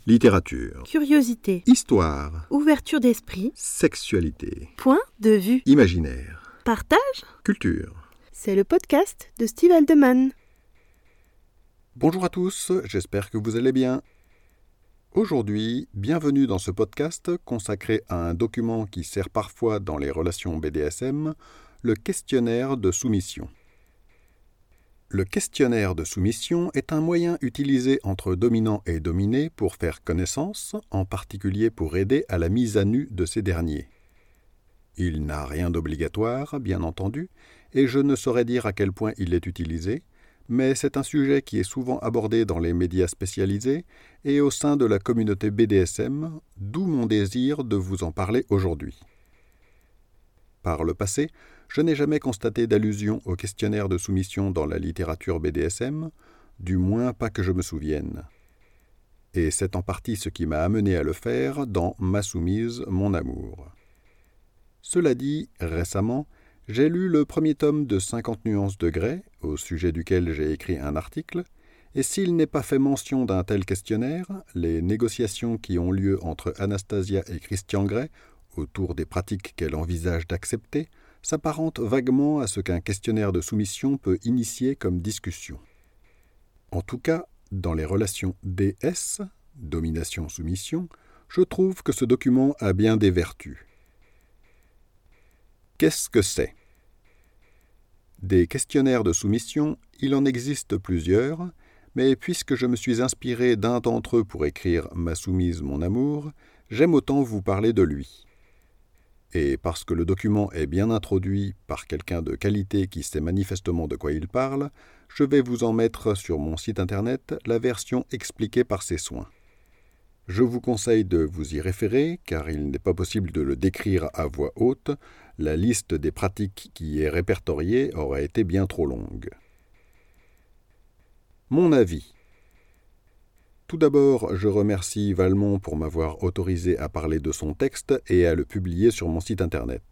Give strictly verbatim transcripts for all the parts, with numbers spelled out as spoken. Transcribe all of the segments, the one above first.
Littérature, Curiosité, histoire, ouverture d'esprit, sexualité, point de vue, imaginaire, partage. culture. C'est le podcast de Steve Aldeman. Bonjour à tous, j'espère que vous allez bien. Aujourd'hui, bienvenue dans ce podcast consacré à un document qui sert parfois dans les relations B D S M, le questionnaire de soumission. Le questionnaire de soumission est un moyen utilisé entre dominant et dominé pour faire connaissance, en particulier pour aider à la mise à nu de ces derniers. Il n'a rien d'obligatoire, bien entendu, et je ne saurais dire à quel point il est utilisé, mais c'est un sujet qui est souvent abordé dans les médias spécialisés et au sein de la communauté B D S M, d'où mon désir de vous en parler aujourd'hui. Par le passé, je n'ai jamais constaté d'allusion au questionnaire de soumission dans la littérature B D S M, du moins pas que je me souvienne. Et c'est en partie ce qui m'a amené à le faire dans Ma soumise, mon amour. Cela dit, récemment, j'ai lu le premier tome de cinquante nuances de Grey, au sujet duquel j'ai écrit un article, et s'il n'est pas fait mention d'un tel questionnaire, les négociations qui ont lieu entre Anastasia et Christian Grey autour des pratiques qu'elle envisage d'accepter s'apparente vaguement à ce qu'un questionnaire de soumission peut initier comme discussion. En tout cas, dans les relations D S, domination-soumission, je trouve que ce document a bien des vertus. Qu'est-ce que c'est ? Des questionnaires de soumission, il en existe plusieurs, mais puisque je me suis inspiré d'un d'entre eux pour écrire « Ma soumise, mon amour », j'aime autant vous parler de lui. Et parce que le document est bien introduit par quelqu'un de qualité qui sait manifestement de quoi il parle, je vais vous en mettre sur mon site internet la version expliquée par ses soins. Je vous conseille de vous y référer, car il n'est pas possible de le décrire à voix haute, la liste des pratiques qui y est répertoriée aurait été bien trop longue. Mon avis. Tout d'abord, je remercie Valmont pour m'avoir autorisé à parler de son texte et à le publier sur mon site internet.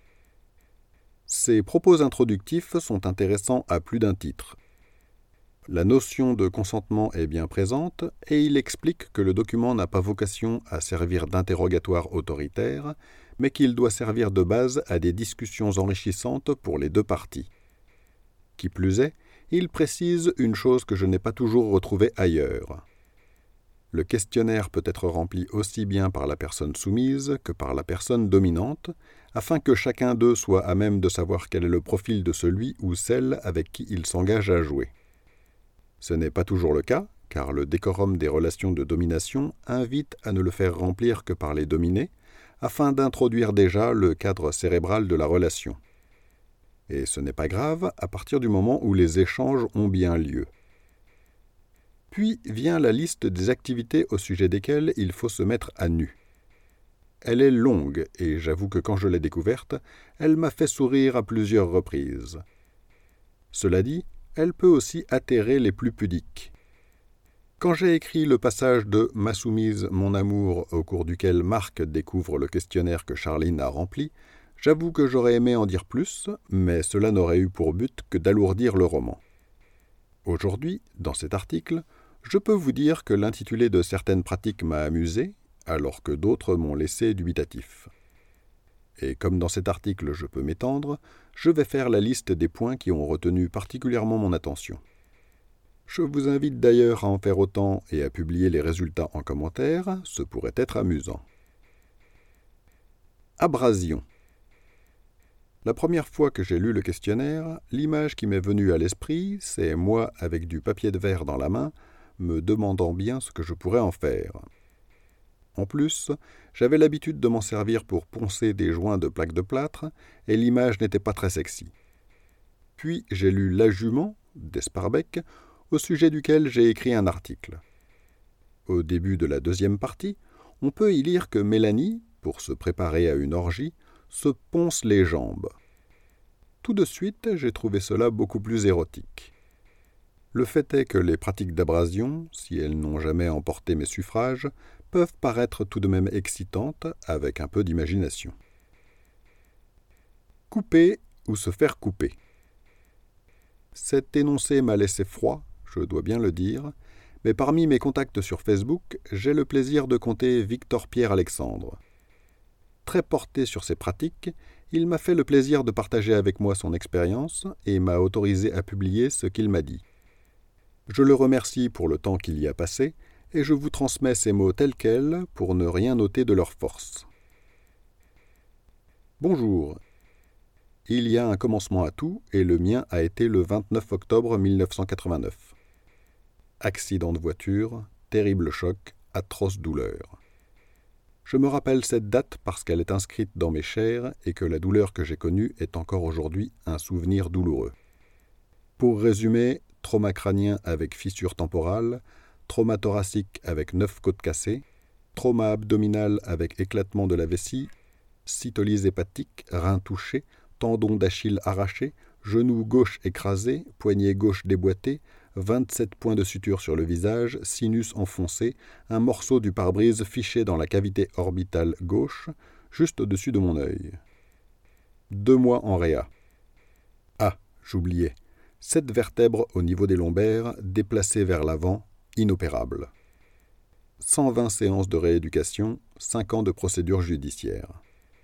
Ses propos introductifs sont intéressants à plus d'un titre. La notion de consentement est bien présente et il explique que le document n'a pas vocation à servir d'interrogatoire autoritaire, mais qu'il doit servir de base à des discussions enrichissantes pour les deux parties. Qui plus est, il précise une chose que je n'ai pas toujours retrouvée ailleurs. Le questionnaire peut être rempli aussi bien par la personne soumise que par la personne dominante, afin que chacun d'eux soit à même de savoir quel est le profil de celui ou celle avec qui il s'engage à jouer. Ce n'est pas toujours le cas, car le décorum des relations de domination invite à ne le faire remplir que par les dominés, afin d'introduire déjà le cadre cérébral de la relation. Et ce n'est pas grave à partir du moment où les échanges ont bien lieu. Puis vient la liste des activités au sujet desquelles il faut se mettre à nu. Elle est longue, et j'avoue que quand je l'ai découverte, elle m'a fait sourire à plusieurs reprises. Cela dit, elle peut aussi atterrer les plus pudiques. Quand j'ai écrit le passage de « Ma soumise, mon amour » au cours duquel Marc découvre le questionnaire que Charline a rempli, j'avoue que j'aurais aimé en dire plus, mais cela n'aurait eu pour but que d'alourdir le roman. Aujourd'hui, dans cet article, je peux vous dire que l'intitulé de certaines pratiques m'a amusé, alors que d'autres m'ont laissé dubitatif. Et comme dans cet article je peux m'étendre, je vais faire la liste des points qui ont retenu particulièrement mon attention. Je vous invite d'ailleurs à en faire autant et à publier les résultats en commentaire, ce pourrait être amusant. Abrasion. La première fois que j'ai lu le questionnaire, l'image qui m'est venue à l'esprit, c'est moi avec du papier de verre dans la main, me demandant bien ce que je pourrais en faire. En plus, j'avais l'habitude de m'en servir pour poncer des joints de plaques de plâtre, et l'image n'était pas très sexy. Puis j'ai lu La jument, d'Esparbeck, au sujet duquel j'ai écrit un article. Au début de la deuxième partie, on peut y lire que Mélanie, pour se préparer à une orgie, se ponce les jambes. Tout de suite, j'ai trouvé cela beaucoup plus érotique. Le fait est que les pratiques d'abrasion, si elles n'ont jamais emporté mes suffrages, peuvent paraître tout de même excitantes avec un peu d'imagination. Couper ou se faire couper. Cet énoncé m'a laissé froid, je dois bien le dire, Mais parmi mes contacts sur Facebook, j'ai le plaisir de compter Victor-Pierre Alexandre. Très porté sur ses pratiques, il m'a fait le plaisir de partager avec moi son expérience et m'a autorisé à publier ce qu'il m'a dit. Je le remercie pour le temps qu'il y a passé et je vous transmets ces mots tels quels pour ne rien noter de leur force. Bonjour. Il y a un commencement à tout et le mien a été le vingt-neuf octobre mille neuf cent quatre-vingt-neuf. Accident de voiture, terrible choc, atroce douleur. Je me rappelle cette date parce qu'elle est inscrite dans mes chairs et que la douleur que j'ai connue est encore aujourd'hui un souvenir douloureux. Pour résumer, trauma crânien avec fissure temporale, trauma thoracique avec neuf côtes cassées, trauma abdominal avec éclatement de la vessie, cytolyse hépatique, rein touché, tendon d'Achille arraché, genou gauche écrasé, poignet gauche déboîté, vingt-sept points de suture sur le visage, sinus enfoncé, un morceau du pare-brise fiché dans la cavité orbitale gauche, juste au-dessus de mon œil. Deux mois en réa. Ah, j'oubliais. Sept vertèbres au niveau des lombaires, déplacées vers l'avant, inopérables. cent vingt séances de rééducation, cinq ans de procédure judiciaire.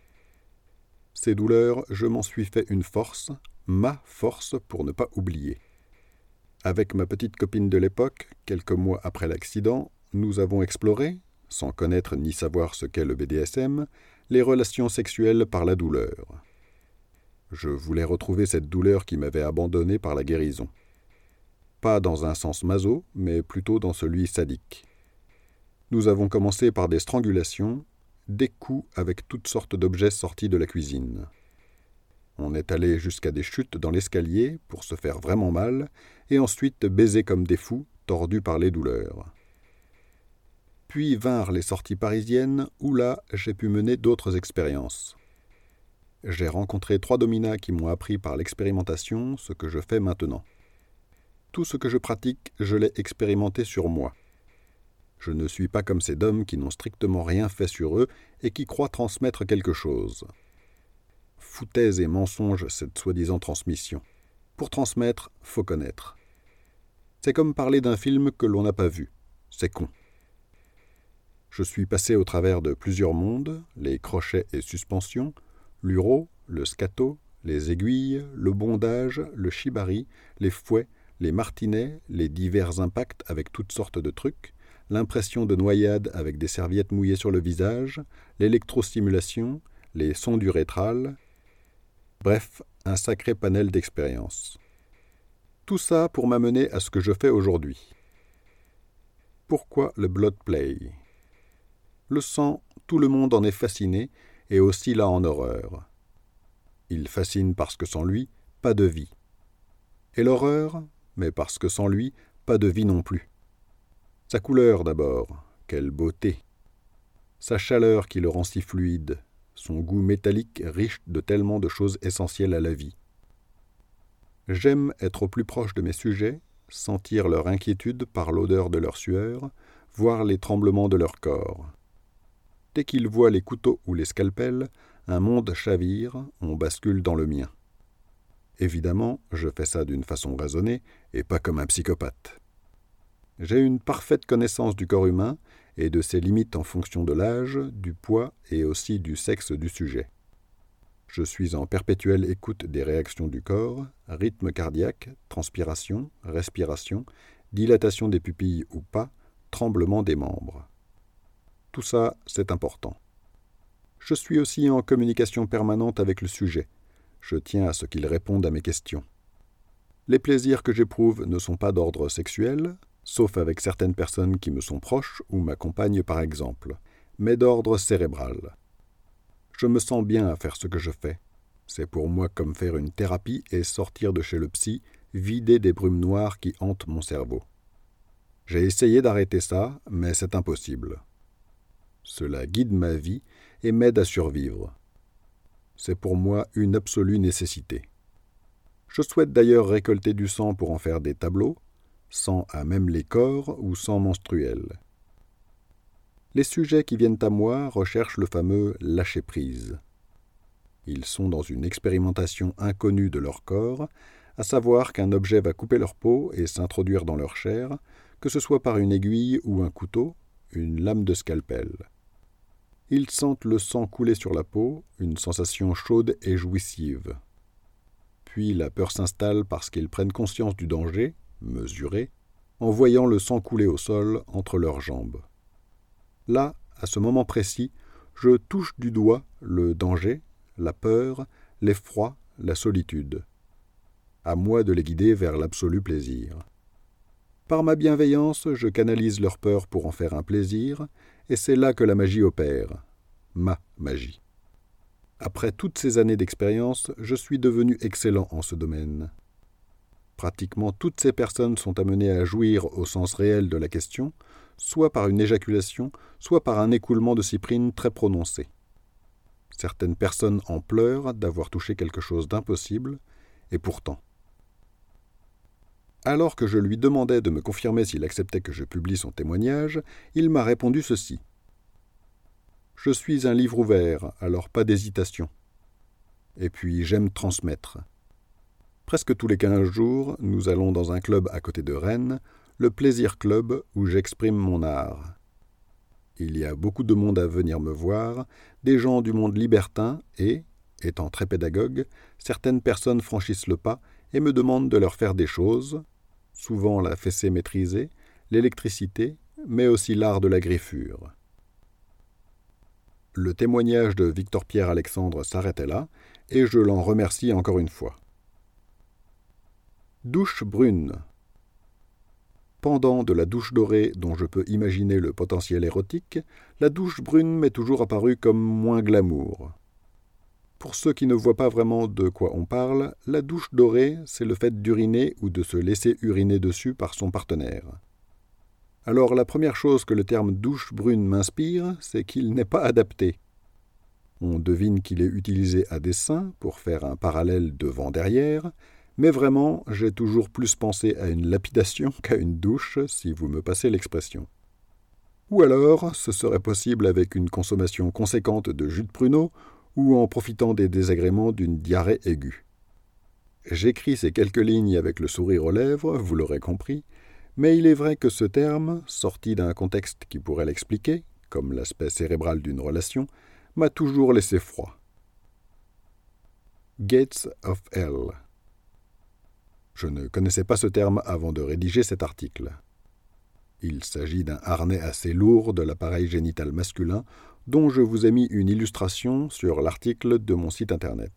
Ces douleurs, je m'en suis fait une force, ma force pour ne pas oublier. Avec ma petite copine de l'époque, quelques mois après l'accident, nous avons exploré, sans connaître ni savoir ce qu'est le B D S M, les relations sexuelles par la douleur. Je voulais retrouver cette douleur qui m'avait abandonné par la guérison. Pas dans un sens maso, mais plutôt dans celui sadique. Nous avons commencé par des strangulations, des coups avec toutes sortes d'objets sortis de la cuisine. On est allé jusqu'à des chutes dans l'escalier pour se faire vraiment mal, et ensuite baiser comme des fous, tordus par les douleurs. Puis vinrent les sorties parisiennes, où là, j'ai pu mener d'autres expériences. J'ai rencontré trois dominas qui m'ont appris par l'expérimentation ce que je fais maintenant. Tout ce que je pratique, je l'ai expérimenté sur moi. Je ne suis pas comme ces dômes qui n'ont strictement rien fait sur eux et qui croient transmettre quelque chose. Foutaise et mensonge cette soi-disant transmission. Pour transmettre, faut connaître. C'est comme parler d'un film que l'on n'a pas vu. C'est con. Je suis passé au travers de plusieurs mondes, les crochets et suspensions, l'uro, le scato, les aiguilles, le bondage, le shibari, les fouets, les martinets, les divers impacts avec toutes sortes de trucs, l'impression de noyade avec des serviettes mouillées sur le visage, l'électrostimulation, les sons du rétral, bref, un sacré panel d'expériences. Tout ça pour m'amener à ce que je fais aujourd'hui. Pourquoi le blood play ? Le sang, tout le monde en est fasciné et aussi là en horreur. Il fascine parce que sans lui, pas de vie. Et l'horreur, mais parce que sans lui, pas de vie non plus. Sa couleur d'abord, quelle beauté. Sa chaleur qui le rend si fluide, son goût métallique riche de tellement de choses essentielles à la vie. J'aime être au plus proche de mes sujets, sentir leur inquiétude par l'odeur de leur sueur, voir les tremblements de leur corps. Dès qu'ils voient les couteaux ou les scalpels, un monde chavire, on bascule dans le mien. Évidemment, je fais ça d'une façon raisonnée et pas comme un psychopathe. J'ai une parfaite connaissance du corps humain et de ses limites en fonction de l'âge, du poids et aussi du sexe du sujet. Je suis en perpétuelle écoute des réactions du corps, rythme cardiaque, transpiration, respiration, dilatation des pupilles ou pas, tremblement des membres. Tout ça, c'est important. Je suis aussi en communication permanente avec le sujet. Je tiens à ce qu'il réponde à mes questions. Les plaisirs que j'éprouve ne sont pas d'ordre sexuel, sauf avec certaines personnes qui me sont proches ou m'accompagnent par exemple, mais d'ordre cérébral. Je me sens bien à faire ce que je fais. C'est pour moi comme faire une thérapie et sortir de chez le psy, vider des brumes noires qui hantent mon cerveau. J'ai essayé d'arrêter ça, mais c'est impossible. Cela guide ma vie et m'aide à survivre. C'est pour moi une absolue nécessité. Je souhaite d'ailleurs récolter du sang pour en faire des tableaux, sang à même les corps ou sang menstruel. Les sujets qui viennent à moi recherchent le fameux lâcher-prise. Ils sont dans une expérimentation inconnue de leur corps, à savoir qu'un objet va couper leur peau et s'introduire dans leur chair, que ce soit par une aiguille ou un couteau, une lame de scalpel. Ils sentent le sang couler sur la peau, une sensation chaude et jouissive. Puis la peur s'installe parce qu'ils prennent conscience du danger, mesuré, en voyant le sang couler au sol entre leurs jambes. Là, à ce moment précis, je touche du doigt le danger, la peur, l'effroi, la solitude. À moi de les guider vers l'absolu plaisir. Par ma bienveillance, je canalise leur peur pour en faire un plaisir, et c'est là que la magie opère. Ma magie. Après toutes ces années d'expérience, je suis devenu excellent en ce domaine. Pratiquement toutes ces personnes sont amenées à jouir au sens réel de la question, soit par une éjaculation, soit par un écoulement de cyprine très prononcé. Certaines personnes en pleurent d'avoir touché quelque chose d'impossible, et pourtant. Alors que je lui demandais de me confirmer s'il acceptait que je publie son témoignage, il m'a répondu ceci. « Je suis un livre ouvert, alors pas d'hésitation. Et puis j'aime transmettre. Presque tous les quinze jours, nous allons dans un club à côté de Rennes, le Plaisir Club, où j'exprime mon art. Il y a beaucoup de monde à venir me voir, des gens du monde libertin et, étant très pédagogue, certaines personnes franchissent le pas et me demandent de leur faire des choses, souvent la fessée maîtrisée, l'électricité, mais aussi l'art de la griffure. » Le témoignage de Victor-Pierre Alexandre s'arrêtait là, et je l'en remercie encore une fois. Douche brune. Pendant de la douche dorée dont je peux imaginer le potentiel érotique, la douche brune m'est toujours apparue comme moins glamour. Pour ceux qui ne voient pas vraiment de quoi on parle, la douche dorée, c'est le fait d'uriner ou de se laisser uriner dessus par son partenaire. Alors la première chose que le terme douche brune m'inspire, c'est qu'il n'est pas adapté. On devine qu'il est utilisé à dessein pour faire un parallèle devant-derrière, mais vraiment, j'ai toujours plus pensé à une lapidation qu'à une douche, si vous me passez l'expression. Ou alors, ce serait possible avec une consommation conséquente de jus de pruneau ou en profitant des désagréments d'une diarrhée aiguë. J'écris ces quelques lignes avec le sourire aux lèvres, vous l'aurez compris, mais il est vrai que ce terme, sorti d'un contexte qui pourrait l'expliquer, comme l'aspect cérébral d'une relation, m'a toujours laissé froid. Gates of Hell. Je ne connaissais pas ce terme avant de rédiger cet article. Il s'agit d'un harnais assez lourd de l'appareil génital masculin dont je vous ai mis une illustration sur l'article de mon site internet.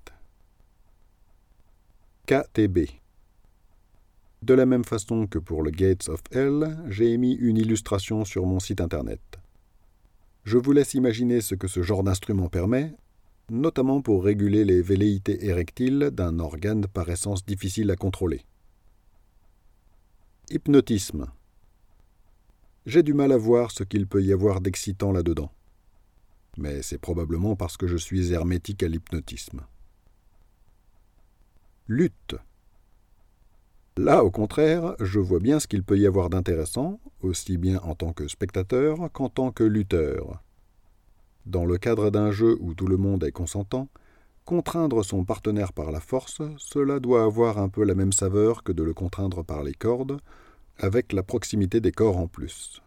K T B. De la même façon que pour le Gates of Hell, j'ai mis une illustration sur mon site internet. Je vous laisse imaginer ce que ce genre d'instrument permet, notamment pour réguler les velléités érectiles d'un organe par essence difficile à contrôler. Hypnotisme. J'ai du mal à voir ce qu'il peut y avoir d'excitant là-dedans. Mais c'est probablement parce que je suis hermétique à l'hypnotisme. Lutte. Là, au contraire, je vois bien ce qu'il peut y avoir d'intéressant, aussi bien en tant que spectateur qu'en tant que lutteur. Dans le cadre d'un jeu où tout le monde est consentant, contraindre son partenaire par la force, cela doit avoir un peu la même saveur que de le contraindre par les cordes, avec la proximité des corps en plus.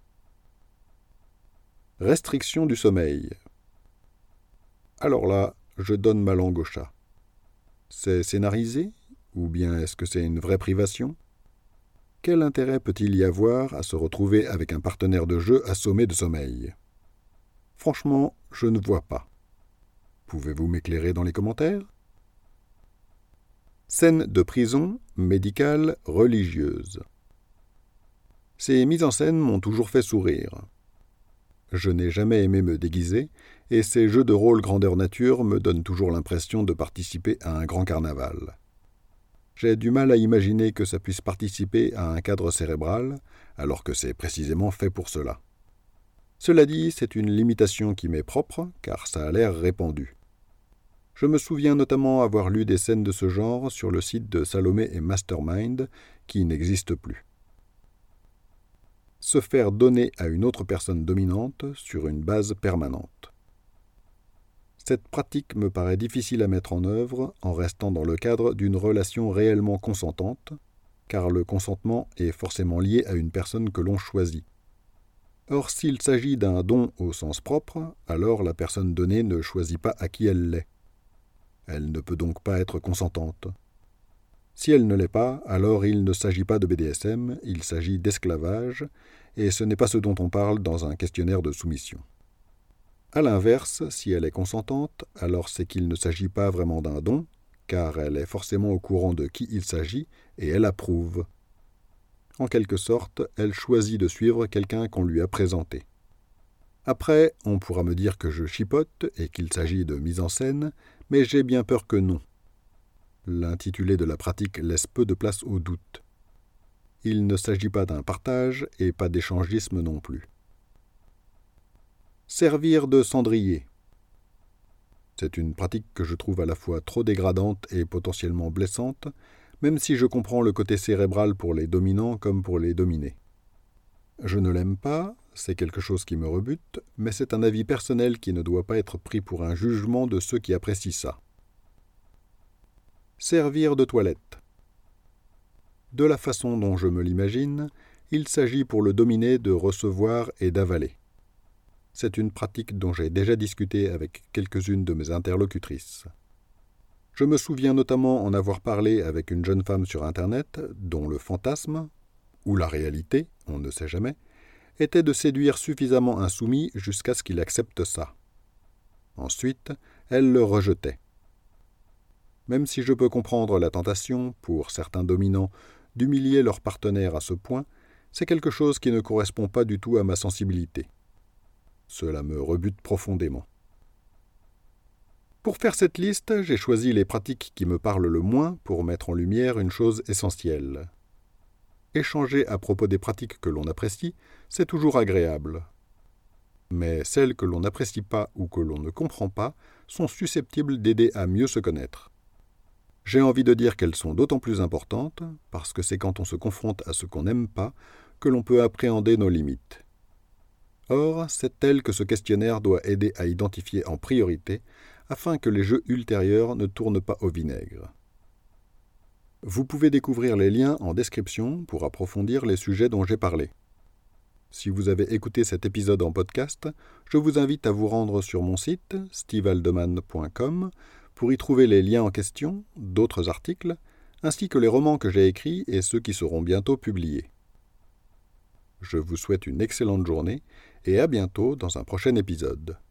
Restriction du sommeil. Alors là, je donne ma langue au chat. C'est scénarisé ? Ou bien est-ce que c'est une vraie privation ? Quel intérêt peut-il y avoir à se retrouver avec un partenaire de jeu assommé de sommeil ? Franchement, je ne vois pas. Pouvez-vous m'éclairer dans les commentaires ? Scène de prison, médicale, religieuse. Ces mises en scène m'ont toujours fait sourire. Je n'ai jamais aimé me déguiser, et ces jeux de rôle grandeur nature me donnent toujours l'impression de participer à un grand carnaval. J'ai du mal à imaginer que ça puisse participer à un cadre cérébral, alors que c'est précisément fait pour cela. Cela dit, c'est une limitation qui m'est propre, car ça a l'air répandu. Je me souviens notamment avoir lu des scènes de ce genre sur le site de Salomé et Mastermind, qui n'existe plus. Se faire donner à une autre personne dominante sur une base permanente. Cette pratique me paraît difficile à mettre en œuvre en restant dans le cadre d'une relation réellement consentante, car le consentement est forcément lié à une personne que l'on choisit. Or, s'il s'agit d'un don au sens propre, alors la personne donnée ne choisit pas à qui elle l'est. Elle ne peut donc pas être consentante. Si elle ne l'est pas, alors il ne s'agit pas de B D S M, il s'agit d'esclavage, et ce n'est pas ce dont on parle dans un questionnaire de soumission. A l'inverse, si elle est consentante, alors c'est qu'il ne s'agit pas vraiment d'un don, car elle est forcément au courant de qui il s'agit, et elle approuve. En quelque sorte, elle choisit de suivre quelqu'un qu'on lui a présenté. Après, on pourra me dire que je chipote et qu'il s'agit de mise en scène, mais j'ai bien peur que non. L'intitulé de la pratique laisse peu de place au doute. Il ne s'agit pas d'un partage et pas d'échangisme non plus. Servir de cendrier. C'est une pratique que je trouve à la fois trop dégradante et potentiellement blessante, même si je comprends le côté cérébral pour les dominants comme pour les dominés. Je ne l'aime pas, c'est quelque chose qui me rebute, mais c'est un avis personnel qui ne doit pas être pris pour un jugement de ceux qui apprécient ça. Servir de toilette. De la façon dont je me l'imagine, il s'agit pour le dominé de recevoir et d'avaler. C'est une pratique dont j'ai déjà discuté avec quelques-unes de mes interlocutrices. Je me souviens notamment en avoir parlé avec une jeune femme sur Internet dont le fantasme, ou la réalité, on ne sait jamais, était de séduire suffisamment un soumis jusqu'à ce qu'il accepte ça. Ensuite, elle le rejetait. Même si je peux comprendre la tentation, pour certains dominants, d'humilier leur partenaire à ce point, c'est quelque chose qui ne correspond pas du tout à ma sensibilité. Cela me rebute profondément. Pour faire cette liste, j'ai choisi les pratiques qui me parlent le moins pour mettre en lumière une chose essentielle. Échanger à propos des pratiques que l'on apprécie, c'est toujours agréable. Mais celles que l'on n'apprécie pas ou que l'on ne comprend pas sont susceptibles d'aider à mieux se connaître. J'ai envie de dire qu'elles sont d'autant plus importantes, parce que c'est quand on se confronte à ce qu'on n'aime pas que l'on peut appréhender nos limites. Or, c'est elles que ce questionnaire doit aider à identifier en priorité, afin que les jeux ultérieurs ne tournent pas au vinaigre. Vous pouvez découvrir les liens en description pour approfondir les sujets dont j'ai parlé. Si vous avez écouté cet épisode en podcast, je vous invite à vous rendre sur mon site steve haldeman point com pour y trouver les liens en question, d'autres articles, ainsi que les romans que j'ai écrits et ceux qui seront bientôt publiés. Je vous souhaite une excellente journée et à bientôt dans un prochain épisode.